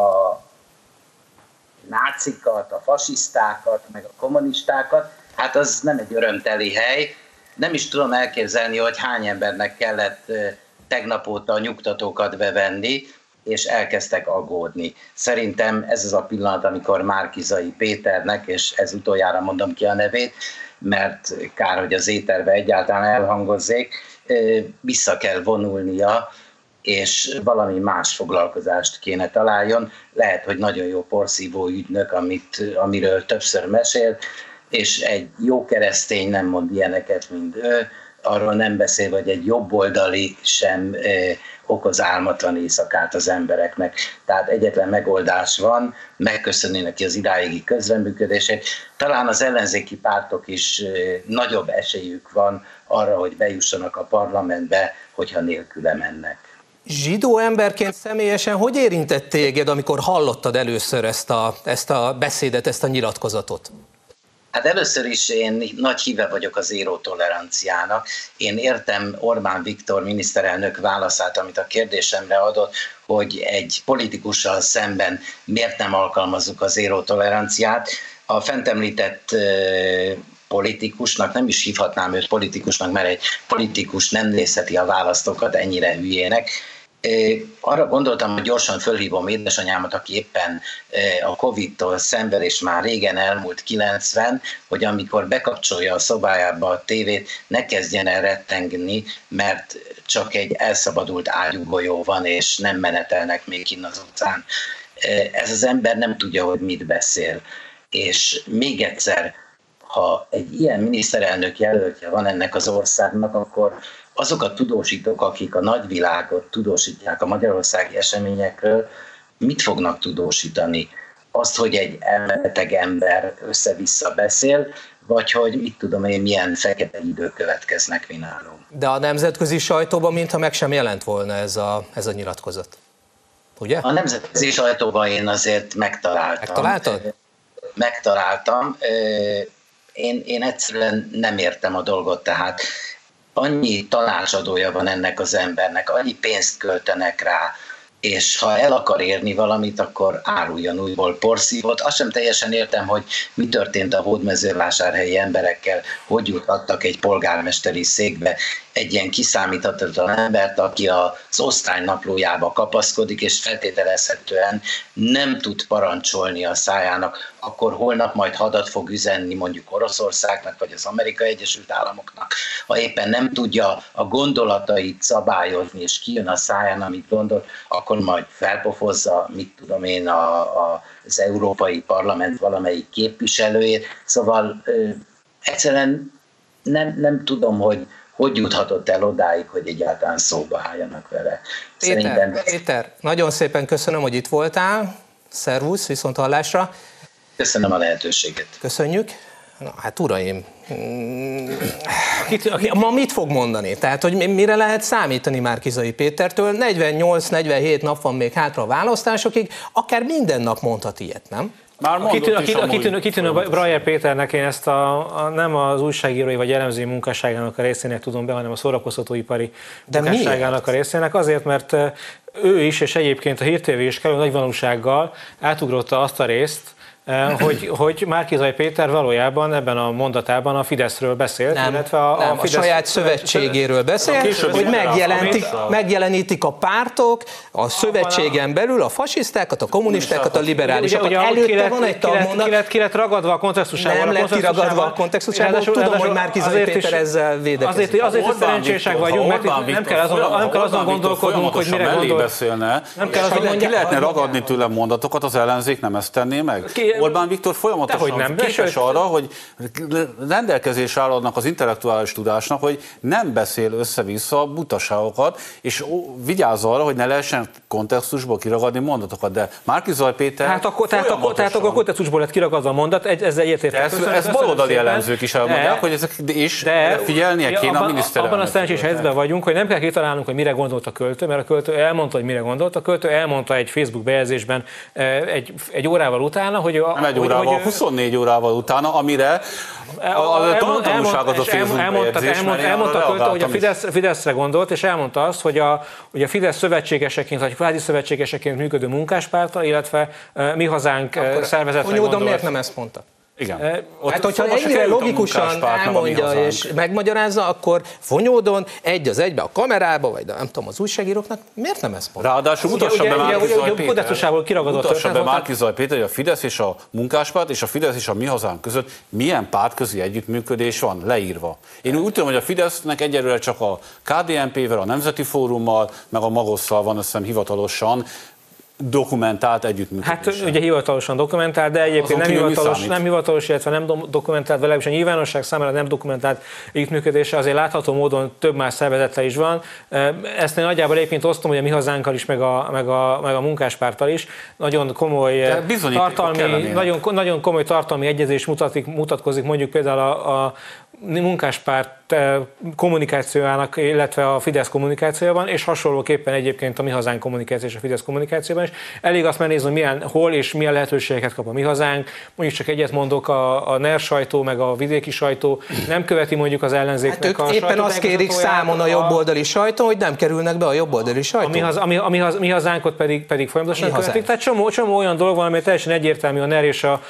nácikat, a fasisztákat, meg a kommunistákat, hát az nem egy örömteli hely. Nem is tudom elképzelni, hogy hány embernek kellett tegnap óta a nyugtatókat bevenni, és elkezdtek aggódni. Szerintem ez az a pillanat, amikor Márki-Zay Péternek, és ez utoljára mondom ki a nevét, mert kár, hogy az éterbe egyáltalán elhangozzék, vissza kell vonulnia, és valami más foglalkozást kéne találjon. Lehet, hogy nagyon jó porszívó ügynök, amiről többször mesélt, és egy jó keresztény nem mond ilyeneket, mint ő, arról nem beszél, hogy egy jobboldali sem okoz álmatlan éjszakát az embereknek. Tehát egyetlen megoldás van, megköszönni neki az idáigi közreműködését. Talán az ellenzéki pártok is nagyobb esélyük van arra, hogy bejussanak a parlamentbe, hogyha nélküle mennek. Zsidó emberként személyesen hogy érintett téged, amikor hallottad először ezt a beszédet, ezt a nyilatkozatot? Hát először is én nagy híve vagyok az zéró toleranciának. Én értem Orbán Viktor miniszterelnök válaszát, amit a kérdésemre adott, hogy egy politikussal szemben miért nem alkalmazzuk a zéró toleranciát. A fent említett politikusnak, nem is hívhatnám őt politikusnak, mert egy politikus nem nézheti a választókat ennyire hülyének. Arra gondoltam, hogy gyorsan fölhívom édesanyámat, aki éppen a Covid-tól szenved, és már régen elmúlt 90, hogy amikor bekapcsolja a szobájába a tévét, ne kezdjen el rettengni, mert csak egy elszabadult ágyúgolyó van, és nem menetelnek még kinn az utcán. Ez az ember nem tudja, hogy mit beszél. És még egyszer, ha egy ilyen miniszterelnök jelöltje van ennek az országnak, akkor azok a tudósítók, akik a nagyvilágot tudósítják a magyarországi eseményekről, mit fognak tudósítani? Azt, hogy egy elmebeteg ember össze-vissza beszél, vagy hogy mit tudom én, milyen fekete idők következnek mi nálunk. De a nemzetközi sajtóban mintha meg sem jelent volna ez a nyilatkozat. Ugye? A nemzetközi sajtóban én azért megtaláltam. Megtaláltad? Megtaláltam. Én egyszerűen nem értem a dolgot, tehát annyi tanácsadója van ennek az embernek, annyi pénzt költenek rá, és ha el akar érni valamit, akkor áruljon újból porszívót. Azt sem teljesen értem, hogy mi történt a hódmezővásárhelyi emberekkel, hogy juthattak egy polgármesteri székbe egy ilyen kiszámíthatatlan embert, aki az osztály naplójába kapaszkodik, és feltételezhetően nem tud parancsolni a szájának, akkor holnap majd hadat fog üzenni mondjuk Oroszországnak, vagy az Amerikai Egyesült Államoknak. Ha éppen nem tudja a gondolatait szabályozni, és kijön a száján, amit gondol, akkor majd felpofozza, mit tudom én, az Európai Parlament valamelyik képviselőjét. Szóval egyszerűen nem tudom, hogy juthatott el odáig, hogy egyáltalán szóba álljanak vele. Péter, nagyon szépen köszönöm, hogy itt voltál. Szervusz, viszont hallásra. Köszönöm a lehetőséget. Köszönjük. Na, hát uraim, ma mit fog mondani? Tehát, hogy mire lehet számítani Márki-Zay Pétertől? 48-47 nap van még hátra a választásokig, akár minden nap mondhat ilyet, nem? Kitűnő Brajer Péternek én ezt nem az újságírói vagy elemzői munkásságának a részének tudom be, hanem a szórakoztatóipari munkásságának a részének. Azért, mert ő is, és egyébként a Hír TV is kellő nagy valósággal átugrotta azt a részt, hogy Márki-Zay Péter valójában ebben a mondatában a Fideszről beszélt, illetve a saját szövetségéről beszélt, hogy megjelenítik a pártok, a szövetségen belül a fasisztákat, a kommunistákat, a liberálisokat. Előtte van egy tagmondat. Ki lett ragadva a kontextusával. Nem lett kiragadva a kontextusával. Tudom, hogy Márki-Zay Péter ezzel védekezik. Azért is szerencsések vagyunk, mert nem kell azon gondolkodnunk, hogy mire gondol. Nem kell azon, ki lehetne ragadni tőle mondatokat, az ellenzék nem ezt tenné meg? Orbán Viktor folyamatosan képes arra, hogy rendelkezésre áll annak az intellektuális tudásnak, hogy nem beszél össze-vissza butaságokat, és vigyázz arra, hogy ne lehessen kontextusból kiragadni mondatokat, de Márki-Zay Péter tehát a kontextusból lett kiragadva a mondat, ezzel egyetértek. Ezt baloldali elemzők is elmondják, hogy figyelnie kéne a miniszterelnök. Abban a szerencsés helyzetben vagyunk, hogy nem kell kitalálnunk, hogy mire gondolt a költő, mert a költő elmondta, hogy mire gondolt. A költő elmondta egy Facebook bejegyzésben egy órával utána, hogy nem egy órával, 24 órával utána, amire a tanulságot a Facebook bejegyzés, elmondta a költő, hogy a Fideszre gondolt, és elmondta azt, hogy a Fidesz szövetségeseként, vagy kvázi szövetségeseként működő munkáspárttal, illetve Mi Hazánk szervezetre gondolt. Miért nem ezt mondta? Igen. Hát, hogyha ennyire logikusan elmondja és megmagyarázza, akkor Fonyódon egy az egybe a kamerába, vagy nem tudom, az újságíróknak, miért nem ezt mondja? Ráadásul mutassa be Márki-Zay Péter, hogy a Fidesz és a munkáspárt, és a Fidesz és a Mi Hazánk között milyen pártközi együttműködés van leírva. Én úgy tudom, hogy a Fidesznek egyelőre csak a KDNP-vel, a Nemzeti Fórummal, meg a Magosszal van, azt hiszem, hivatalosan dokumentált együttműködés. Hát ugye hivatalosan dokumentált, de egyébként nem hivatalos, illetve nem dokumentált, legalábbis a nyilvánosság számára nem dokumentált együttműködése azért látható módon több más szervezettel is van. Ezt én nagyjából egyébként osztom, hogy a Mi Hazánkkal is, meg a munkáspárttal is. Nagyon komoly tartalmi egyezés mutatkozik mondjuk például a munkáspárt kommunikációjának, illetve a Fidesz kommunikációban, és hasonlóképpen egyébként a Mi Hazánk kommunikáció és a Fidesz kommunikációban is. Elég azt megnézni, hogy hol és milyen lehetőségeket kap a Mi Hazánk. Mondjuk csak egyet mondok, a NER sajtó, meg a vidéki sajtó nem követi mondjuk az ellenzéknek a éppen azt kérik számon a jobboldali sajtó, hogy nem kerülnek be a jobboldali sajtó. A Mi Hazánkot pedig folyamatosan követik. Tehát csomó olyan dolog van, ami teljesen egyértelmű a NER és a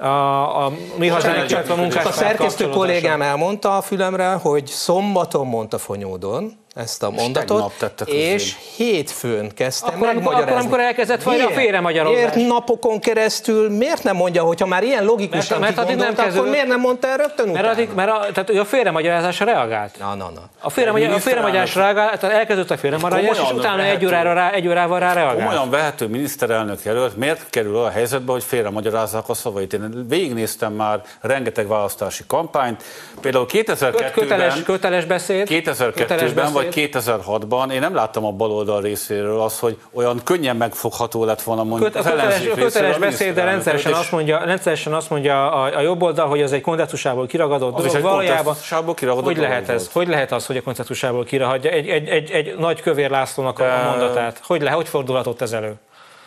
Mi Hazánk, a munkáspárt. A szerkesztő kollégám elmondta a fülemre, hogy szombaton mondta Fonyódon ezt a mondatot, és hétfőn kezdte megmagyarázni. Amikor elkezdett a félremagyarozás. Miért napokon keresztül, miért nem mondja, hogyha már ilyen logikusan kigondolta, akkor miért nem mondta el rögtön utána? Tehát ő a félremagyarázásra reagált. A félremagyarázásra reagált, tehát elkezdett a félremagyarázás, és utána egy órával rá reagált. Komolyan vehető miniszterelnök jelölt, miért kerül a helyzetbe, hogy félremagyarázzák a szavait? Én végignéztem már rengeteg választási kampányt, például 2002-ben, köteles beszéd, 2002-ben vagy 2006-ban én nem láttam a baloldal részéről azt, hogy olyan könnyen megfogható lett volna mondjuk az ellenzék részéről. Köteles beszéd, de rendszeresen azt mondja a jobb oldal, hogy ez egy kontextusából kiragadott dolog. Valójában hogy lehet az, hogy a kontextusából kiragadja egy nagy Kövér Lászlónak a mondatát? Hogy fordulhatott ez elő?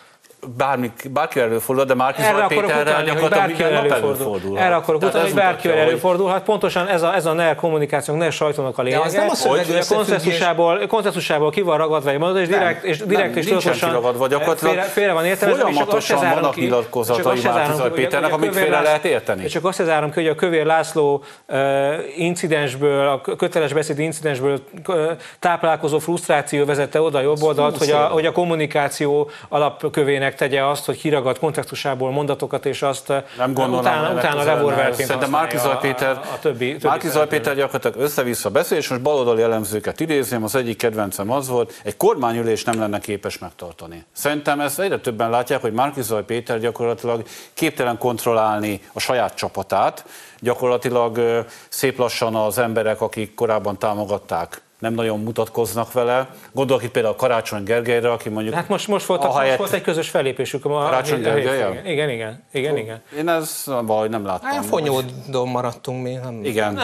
Bárki előfordul, de Márki-Zay Péterrel gyakorlatilag minden nap előfordul. Erre akarok utalni, hogy bárkivel előfordulhat. Pontosan ez a NER kommunikációnk, NER sajtónak a lényege, hogy a kontextusából ki van ragadva egy mondat, és direkt és tudatosan félre van értelmezve. Folyamatosan vannak nyilatkozatai Márki-Zay Péternek, amit félre lehet érteni. És csak azt zárom ki, hogy a Kövér László incidensből, a köteles beszéd incidensből táplálkozó frusztráció vezette oda a jobb oldalt, hogy a kommunikáció alapkövének tegye azt, hogy kiragad kontextusából mondatokat, és azt utána revolverként használja a többi Márki-Zay Péter gyakorlatilag össze-vissza beszél, és most baloldali elemzőket idézném, az egyik kedvencem az volt, egy kormányülés nem lenne képes megtartani. Szerintem ezt egyre többen látják, hogy Márki-Zay Péter gyakorlatilag képtelen kontrollálni a saját csapatát, gyakorlatilag szép lassan az emberek, akik korábban támogatták, nem nagyon mutatkoznak vele. Gondolok itt például Karácsony Gergelyre, aki mondjuk... Hát most volt egy közös fellépésük. Karácsony Gergellyel? Igen. Én ezt valahogy nem láttam. Fonyódon maradtunk mi. Igen.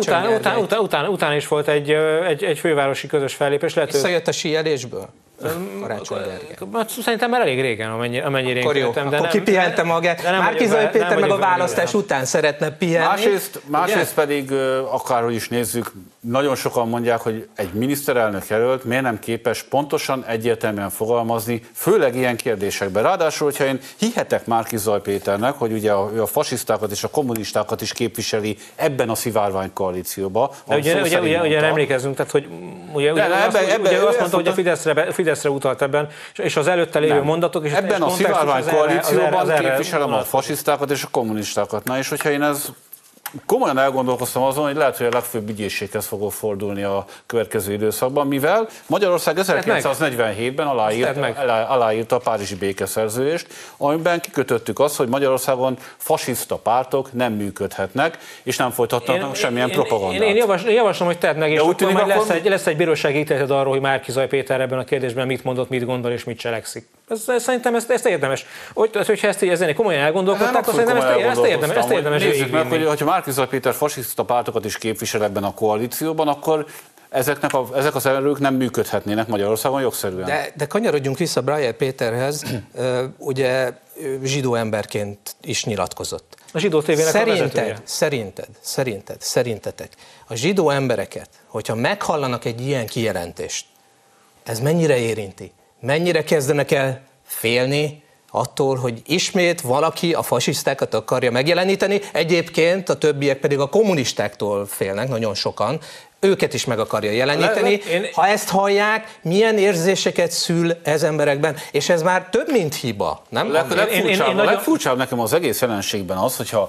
Utána is volt egy fővárosi közös fellépés. Visszajött a síelésből? Karácsony Gergely. Szerintem már elég régen, amennyire én követtem. Akkor kipihente magát. Márki-Zay Péter meg a választás után szeretne pihenni. Másrészt pedig, akárhogy is nézzük, nagyon sokan mondják, hogy egy miniszterelnök jelölt miért nem képes pontosan, egyértelműen fogalmazni, főleg ilyen kérdésekben. Ráadásul, hogyha én hihetek Márki-Zay Péternek, hogy ugye ő a fasisztákat és a kommunistákat is képviseli ebben a szivárvány koalícióban. De ugye emlékezzünk, tehát hogy ugye azt mondta, hogy a Fideszre utalt ebben, és az előtte lévő mondatok. És ebben a szivárvány koalícióban képviselem a fasisztákat és a kommunistákat. Na és hogyha én ez komolyan elgondolkoztam azon, hogy lehet, hogy a legfőbb ügyészséghez fogok fordulni a következő időszakban, mivel Magyarország 1947-ben aláírta a Párizsi békeszerződést, amiben kikötöttük azt, hogy Magyarországon fasiszta pártok nem működhetnek, és nem folytatnak semmilyen propagandát. Én javaslom, hogy tedd meg, és akkor majd lesz egy bírósági ítélet arról, hogy Márki-Zay Péter ebben a kérdésben mit mondott, mit gondol és mit cselekszik. Szerintem ezt érdemes. Hogyha ezt így ezen komolyan elgondolkodták, akkor szerintem ezt érdemes nézzük meg, hogy Márki-Zay Péter fasiszta pártokat is képvisel ebben a koalícióban, akkor ezek az erők nem működhetnének Magyarországon jogszerűen. De kanyarodjunk vissza Breyer Péterhez, ugye zsidó emberként is nyilatkozott. A zsidó tévének a vezetője. Szerintetek a zsidó embereket, hogyha meghallanak egy ilyen kijelentést, ez mennyire érinti? Mennyire kezdenek el félni attól, hogy ismét valaki a fasisztákat akarja megjeleníteni, egyébként a többiek pedig a kommunistáktól félnek, nagyon sokan, őket is meg akarja jeleníteni. Ha ezt hallják, milyen érzéseket szül ez emberekben? És ez már több, mint hiba, nem? Legfurcsább nekem az egész jelenségben az, hogyha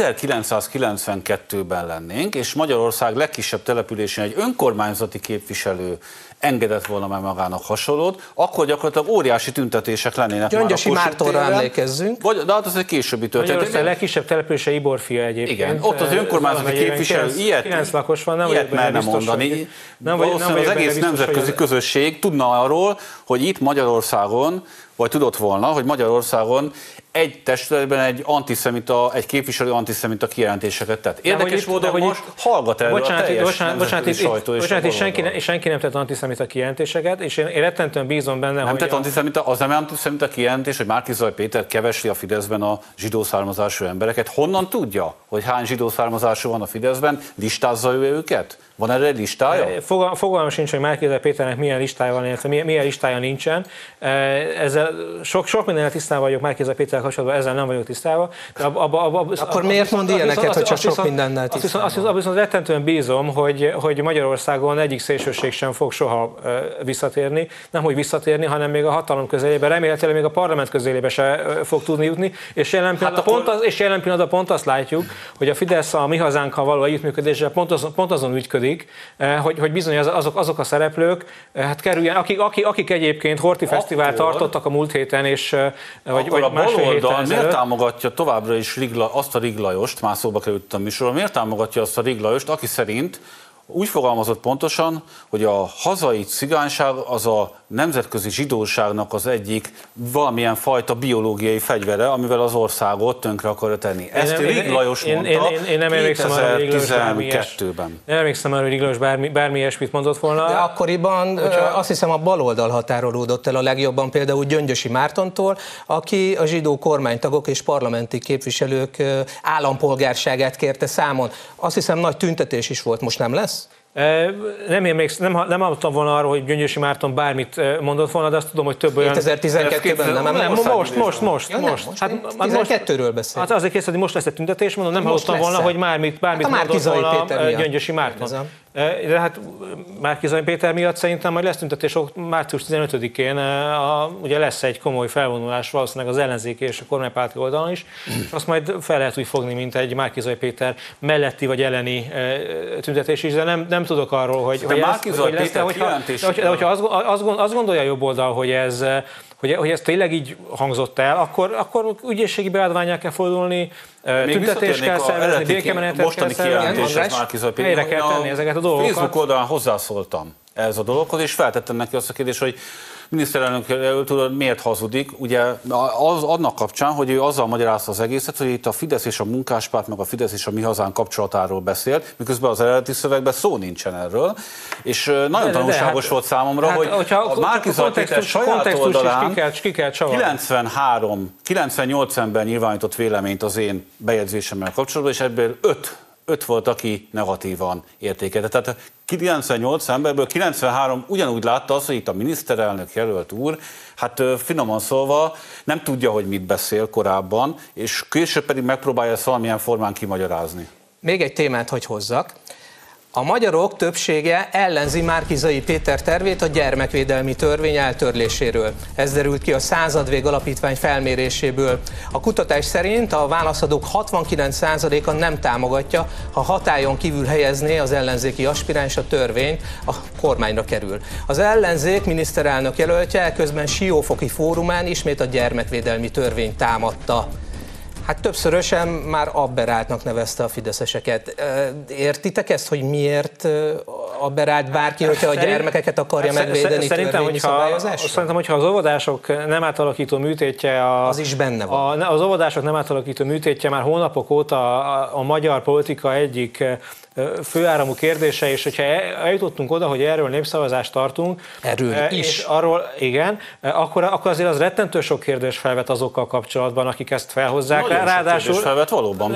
1992-ben lennénk, és Magyarország legkisebb településén egy önkormányzati képviselő engedett volna meg magának hasonlót, akkor gyakorlatilag óriási tüntetések lennének. Gyöngyösi Mártonra emlékezzünk. De hát az egy későbbi történet. Magyarország legkisebb települése Iborfia egyébként. Igen, ott az önkormányzati képviselő 9 lakos van, nem ilyet merne mondani. Valószínűleg az egész nemzetközi közösség tudna arról, hogy itt Magyarországon, vagy tudott volna, hogy Magyarországon egy testületben egy képviselő antiszemita kijelentéseket tett. Érdekes módon, hogy most hallgat erről a teljes nemzetközi sajtó és senki nem tett antiszemita kijelentéseket, és én rettentően bízom benne, nem tett az nem antiszemita kijelentés, hogy Márki-Zay Péter kevesli a Fideszben a zsidó származású embereket. Honnan tudja, hogy hány zsidó származású van a Fideszben? Listázza ő őket? Van erre egy listája? Fogalmam sincs, hogy Márki-Zay Péternek milyen listája van, illetve milyen listája nincsen. Ezzel sok mindennel tisztában vagyok Márki-Zay Péterrel kapcsolatban, ezzel nem vagyok tisztában. Akkor miért mond ilyeneket, hogy csak sok mindennel tisztában? Azt viszont rettentően bízom, hogy Magyarországon egyik szélsőség sem fog soha visszatérni. Nem hogy visszatérni, hanem még a hatalom közelébe, remélhetőleg még a parlament közelébe se fog tudni jutni. És jelen pillanatban pont azt látjuk, hogy a Fidesz a Mi Hazánkkal való együttműködésre pont azon ügyködik, hogy bizony azok a szereplők hát kerüljen, akik egyébként Horthy Fesztivál tartottak a múlt héten, és vagy másfél héten ezelőtt. Miért támogatja továbbra is azt a Rig Lajost, már szóba került a műsorban, miért támogatja azt a Rig Lajost, aki szerint úgy fogalmazott pontosan, hogy a hazai cigányság az a nemzetközi zsidóságnak az egyik valamilyen fajta biológiai fegyvere, amivel az országot tönkre akarja tenni. Ezt Rig Lajos mondta 2012-ben. Nem emlékszem arra, hogy Rig Lajos bármi ilyesmit mondott volna. De akkoriban azt hiszem a baloldal határolódott el a legjobban, például Gyöngyösi Mártontól, aki a zsidó kormánytagok és parlamenti képviselők állampolgárságát kérte számon. Azt hiszem nagy tüntetés is volt, most nem lesz? Nem hallottam volna arról, hogy Gyöngyösi Márton bármit mondott volna, de azt tudom, hogy több olyan... 2012-ben nem most. Hát 12-ről beszél. Hát azért készíteni, most lesz egy tüntetés, mondom, nem hallottam volna, hogy bármit mondott volna Gyöngyösi Márton. De hát Márki-Zay Péter miatt szerintem majd lesz tüntetés március 15-én, ugye lesz egy komoly felvonulás valószínűleg az ellenzéki és a kormánypárti oldalon is, és azt majd fel lehet úgy fogni, mint egy Márki-Zay Péter melletti vagy elleni tüntetés is, de nem tudok arról, hogy lesz, de hogyha azt gondolja a jobb oldal, hogy ez tényleg így hangzott el, akkor ügyészségi beadvánnyal kell fordulni, tüntetést kell szervezni, békemenetet kell szervezni, helyre kell tenni ezeket a dolgokat. Facebook oldalán hozzászóltam ez a dologhoz, és feltettem neki azt a kérdést, hogy miniszterelnök jelölt úr miért hazudik, ugye annak kapcsán, hogy ő azzal magyarázta az egészet, hogy itt a Fidesz és a Munkáspárt, meg a Fidesz és a Mi Hazánk kapcsolatáról beszélt, miközben az eredeti szövegben szó nincsen erről, és nagyon tanulságos volt számomra, hogy a Márki-Zay Péter saját oldalán 98-ben nyilvánított véleményt az én bejegyzésemmel kapcsolatban, és ebből 5 volt, aki negatívan értékelte. Tehát 98 emberből 93 ugyanúgy látta azt, hogy itt a miniszterelnök jelölt úr, hát finoman szólva nem tudja, hogy mit beszél korábban, és később pedig megpróbálja ezt valamilyen formán kimagyarázni. Még egy témát, hogy hozzak. A magyarok többsége ellenzi Márki-Zay Péter tervét a gyermekvédelmi törvény eltörléséről. Ez derült ki a Századvég Alapítvány felméréséből. A kutatás szerint a válaszadók 69%-a nem támogatja, ha hatályon kívül helyezné az ellenzéki aspiráns a törvényt, a kormányra kerül. Az ellenzék miniszterelnök jelöltje közben Siófoki fórumán ismét a gyermekvédelmi törvényt támadta. Hát többszörösen már aberráltnak nevezte a fideszeseket. Értitek ezt, hogy miért aberrált bárki, hogyha a gyermekeket akarja megvédeni törvényi szabályozással? Szerintem, hogyha az óvodások nem átalakító műtétje... Az is benne van. Az óvodások nem átalakító műtétje már hónapok óta a magyar politika egyik főáramú kérdése, és hogyha eljutottunk oda, hogy erről népszavazást tartunk, erről is. És arról, igen, akkor azért az rettentő sok kérdés felvet azokkal kapcsolatban, akik ezt felhozzák. Nagyon ráadásul sok felvet valóban.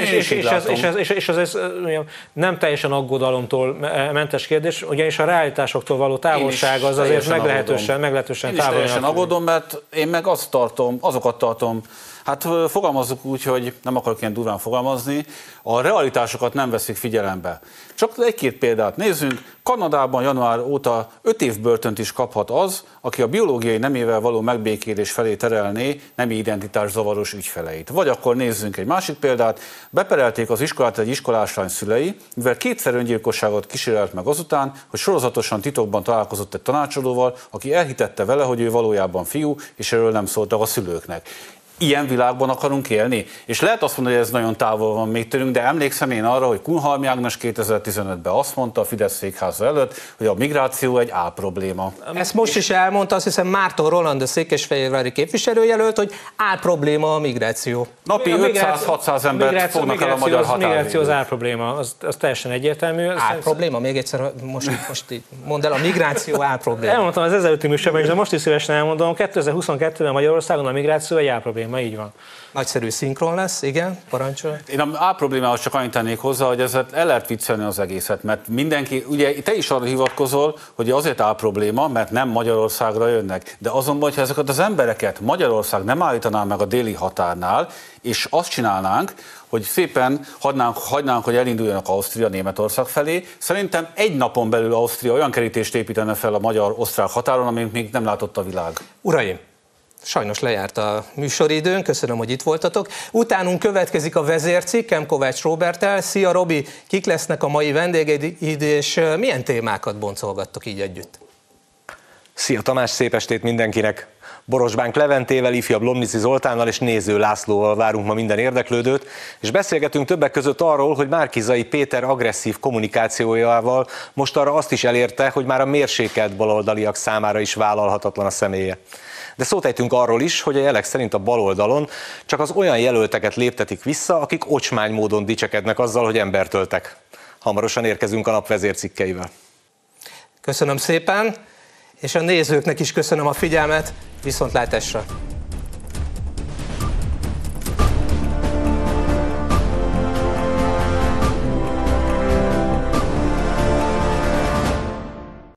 És ez nem teljesen aggodalomtól mentes kérdés, ugyanis a realitásoktól való távolság az azért meglehetősen távol. Én is teljesen aggódom, mert én meg azokat tartom, hát fogalmazzuk úgy, hogy nem akarok ilyen durván fogalmazni, a realitásokat nem veszik figyelembe. Csak egy-két példát nézzünk. Kanadában január óta 5 év börtönt is kaphat az, aki a biológiai nemével való megbékélés felé terelné nemi identitás zavaros ügyfeleit. Vagy akkor nézzünk egy másik példát. Beperelték az iskolát egy iskoláslány szülei, mivel 2-szer öngyilkosságot kísérelt meg azután, hogy sorozatosan titokban találkozott egy tanácsadóval, aki elhitette vele, hogy ő valójában fiú, és erről nem szóltak a szülőknek. Ilyen világban akarunk élni? És lehet azt mondani, hogy ez nagyon távol van még tőlünk, de emlékszem én arra, hogy Kunhalmi Ágnes 2015-ben azt mondta a Fidesz székháza előtt, hogy a migráció egy álprobléma. Ezt most is elmondta, azt hiszem Márton Roland, a székesfehérvári képviselőjelölt, hogy álprobléma a migráció. Napi 500-600 embert fognak el a magyar határvédők. A migráció az álprobléma, az teljesen egyértelmű. Álprobléma? Még egyszer, most így mondd el, a migráció álprobléma. Elmondtam az ezelőtti műsorban, és de most is szívesen elmondom, 2022-ben Magyarországon a migráció egy álprobléma, így van. Nagyszerű szinkron lesz, igen, parancsolj. Én a álproblémához csak annyit tennék hozzá, hogy ezzel el lehet viccelni az egészet, mert mindenki, ugye te is arra hivatkozol, hogy azért álprobléma, mert nem Magyarországra jönnek, de azonban, hogyha ezeket az embereket Magyarország nem állítaná meg a déli határnál, és azt csinálnánk, hogy szépen hagynánk, hogy elinduljanak Ausztria, Németország felé. Szerintem egy napon belül Ausztria olyan kerítést építene fel a magyar-osztrák határon, amit még nem látott a világ. Uraim! Sajnos lejárt a műsoridőn, köszönöm, hogy itt voltatok. Utánunk következik a vezércikk Kovács Róberttel. Szia Robi, kik lesznek a mai vendégeid, és milyen témákat boncolgattok így együtt? Szia Tamás, szép estét mindenkinek! Borosbánk Leventével, ifjabb Lomnici Zoltánnal és Néző Lászlóval várunk ma minden érdeklődőt, és beszélgetünk többek között arról, hogy Márki-Zay Péter agresszív kommunikációjával most arra azt is elérte, hogy már a mérsékelt baloldaliak számára is vállalhatatlan a személye. De szót ejtünk arról is, hogy a jelek szerint a baloldalon csak az olyan jelölteket léptetik vissza, akik ocsmány módon dicsekednek azzal, hogy embert öltek. Hamarosan érkezünk a nap vezércikkeivel. Köszönöm szépen, és a nézőknek is köszönöm a figyelmet, viszontlátásra!